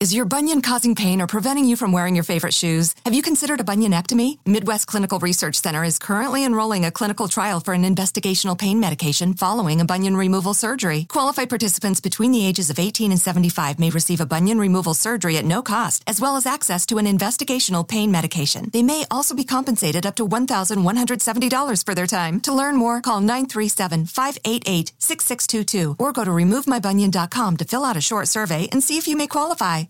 Is your bunion causing pain or preventing you from wearing your favorite shoes? Have you considered a bunionectomy? Midwest Clinical Research Center is currently enrolling a clinical trial for an investigational pain medication following a bunion removal surgery. Qualified participants between the ages of 18 and 75 may receive a bunion removal surgery at no cost, as well as access to an investigational pain medication. They may also be compensated up to $1,170 for their time. To learn more, call 937-588-6622 or go to removemybunion.com to fill out a short survey and see if you may qualify.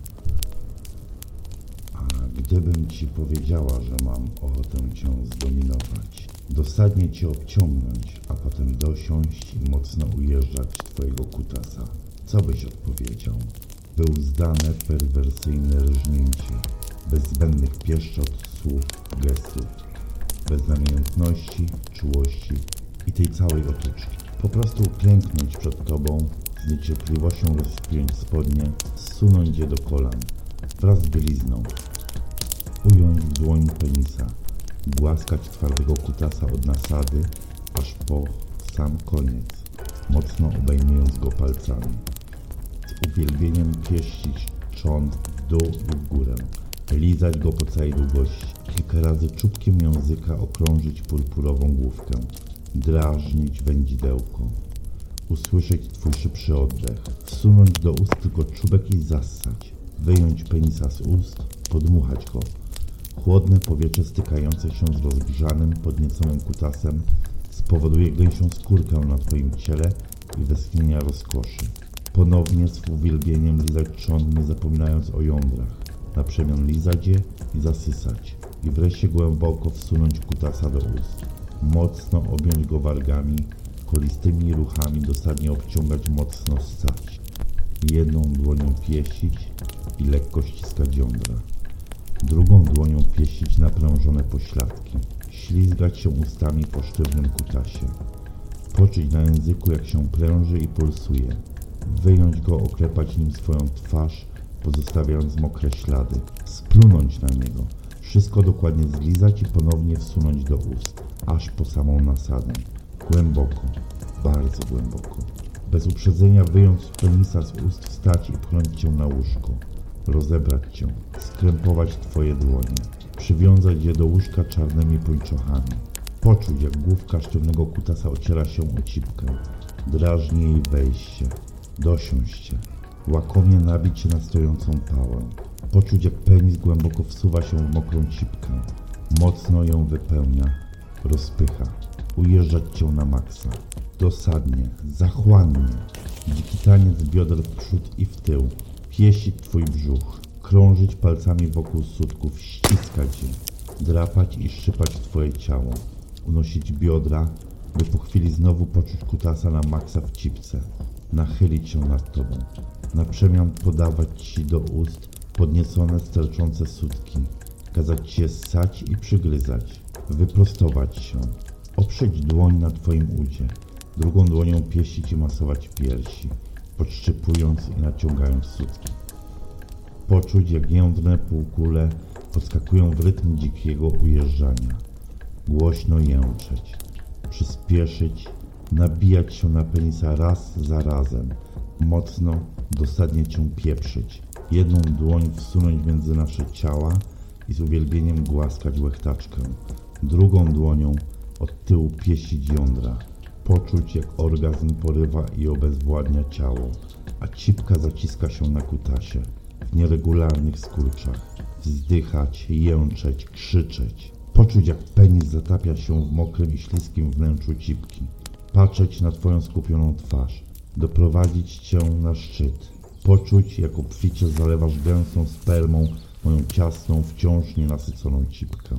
Gdybym ci powiedziała, że mam ochotę cię zdominować, dosadnie cię obciągnąć, a potem dosiąść i mocno ujeżdżać twojego kutasa, co byś odpowiedział? Był zdane perwersyjne rżnięcie, bez zbędnych pieszczot, słów, gestów, bez namiętności, czułości i tej całej otoczki. Po prostu uklęknąć przed tobą, z niecierpliwością rozpiąć spodnie, zsunąć je do kolan, wraz z bielizną, ująć w dłoń penisa, głaskać twardego kutasa od nasady, aż po sam koniec, mocno obejmując go palcami. Z uwielbieniem pieścić trzon w dół i w górę, lizać go po całej długości, kilka razy czubkiem języka okrążyć purpurową główkę, drażnić wędzidełko, usłyszeć twój szybszy oddech, wsunąć do ust tylko czubek i zassać, wyjąć penisa z ust, podmuchać go. Chłodne powietrze stykające się z rozgrzanym, podnieconym kutasem spowoduje gęsią skórkę na twoim ciele i westchnienia rozkoszy. Ponownie z uwielbieniem lizać trzon, nie zapominając o jądrach. Na przemian lizać je i zasysać. I wreszcie głęboko wsunąć kutasa do ust. Mocno objąć go wargami, kolistymi ruchami dosadnie obciągać, mocno ssać. Jedną dłonią pieścić i lekko ściskać jądra. Drugą dłonią pieścić naprężone pośladki, ślizgać się ustami po sztywnym kutasie, poczuć na języku, jak się pręży i pulsuje, wyjąć go, oklepać nim swoją twarz, pozostawiając mokre ślady, splunąć na niego, wszystko dokładnie zlizać i ponownie wsunąć do ust, aż po samą nasadę, głęboko, bardzo głęboko. Bez uprzedzenia wyjąć penisa z ust, wstać i pchnąć cię na łóżko. Rozebrać cię, skrępować twoje dłonie, przywiązać je do łóżka czarnymi pończochami, poczuć, jak główka sztywnego kutasa ociera się o cipkę, drażni jej wejście, dosiąść cię, łakomie nabić się na stojącą pałę, poczuć, jak penis głęboko wsuwa się w mokrą cipkę, mocno ją wypełnia, rozpycha, ujeżdżać cię na maksa, dosadnie, zachłannie, dziki taniec bioder w przód i w tył, pieścić twój brzuch, krążyć palcami wokół sutków, ściskać je, drapać i szczypać twoje ciało, unosić biodra, by po chwili znowu poczuć kutasa na maksa w cipce, nachylić się nad tobą, na przemian podawać ci do ust podniecone, sterczące sutki, kazać ci je ssać i przygryzać, wyprostować się, oprzeć dłoń na twoim udzie, drugą dłonią pieścić i masować piersi, podszczypując i naciągając sutki. Poczuć, jak jędrne półkule podskakują w rytm dzikiego ujeżdżania. Głośno jęczeć, przyspieszyć, nabijać się na penisa raz za razem, mocno, dosadnie cię pieprzyć, jedną dłoń wsunąć między nasze ciała i z uwielbieniem głaskać łechtaczkę, drugą dłonią od tyłu pieścić jądra, poczuć, jak orgazm porywa i obezwładnia ciało, a cipka zaciska się na kutasie, w nieregularnych skurczach, wzdychać, jęczeć, krzyczeć, poczuć, jak penis zatapia się w mokrym i śliskim wnętrzu cipki, patrzeć na twoją skupioną twarz, doprowadzić cię na szczyt, poczuć, jak obficie zalewasz gęstą spermą moją ciasną, wciąż nienasyconą cipkę.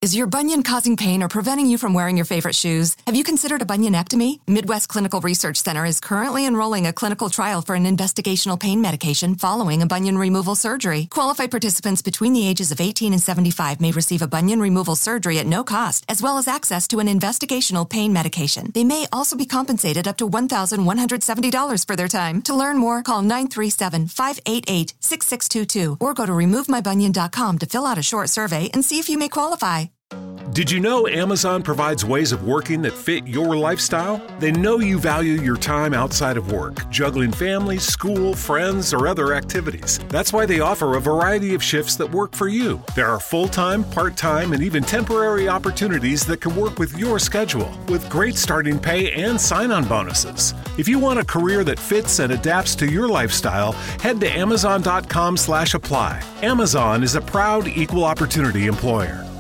Is your bunion causing pain or preventing you from wearing your favorite shoes? Have you considered a bunionectomy? Midwest Clinical Research Center is currently enrolling a clinical trial for an investigational pain medication following a bunion removal surgery. Qualified participants between the ages of 18 and 75 may receive a bunion removal surgery at no cost, as well as access to an investigational pain medication. They may also be compensated up to $1,170 for their time. To learn more, call 937-588-6622 or go to removemybunion.com to fill out a short survey and see if you may qualify. Did you know Amazon provides ways of working that fit your lifestyle? They know you value your time outside of work, juggling family, school, friends, or other activities. That's why they offer a variety of shifts that work for you. There are full-time, part-time, and even temporary opportunities that can work with your schedule, with great starting pay and sign-on bonuses. If you want a career that fits and adapts to your lifestyle, head to Amazon.com/apply. Amazon is a proud equal opportunity employer.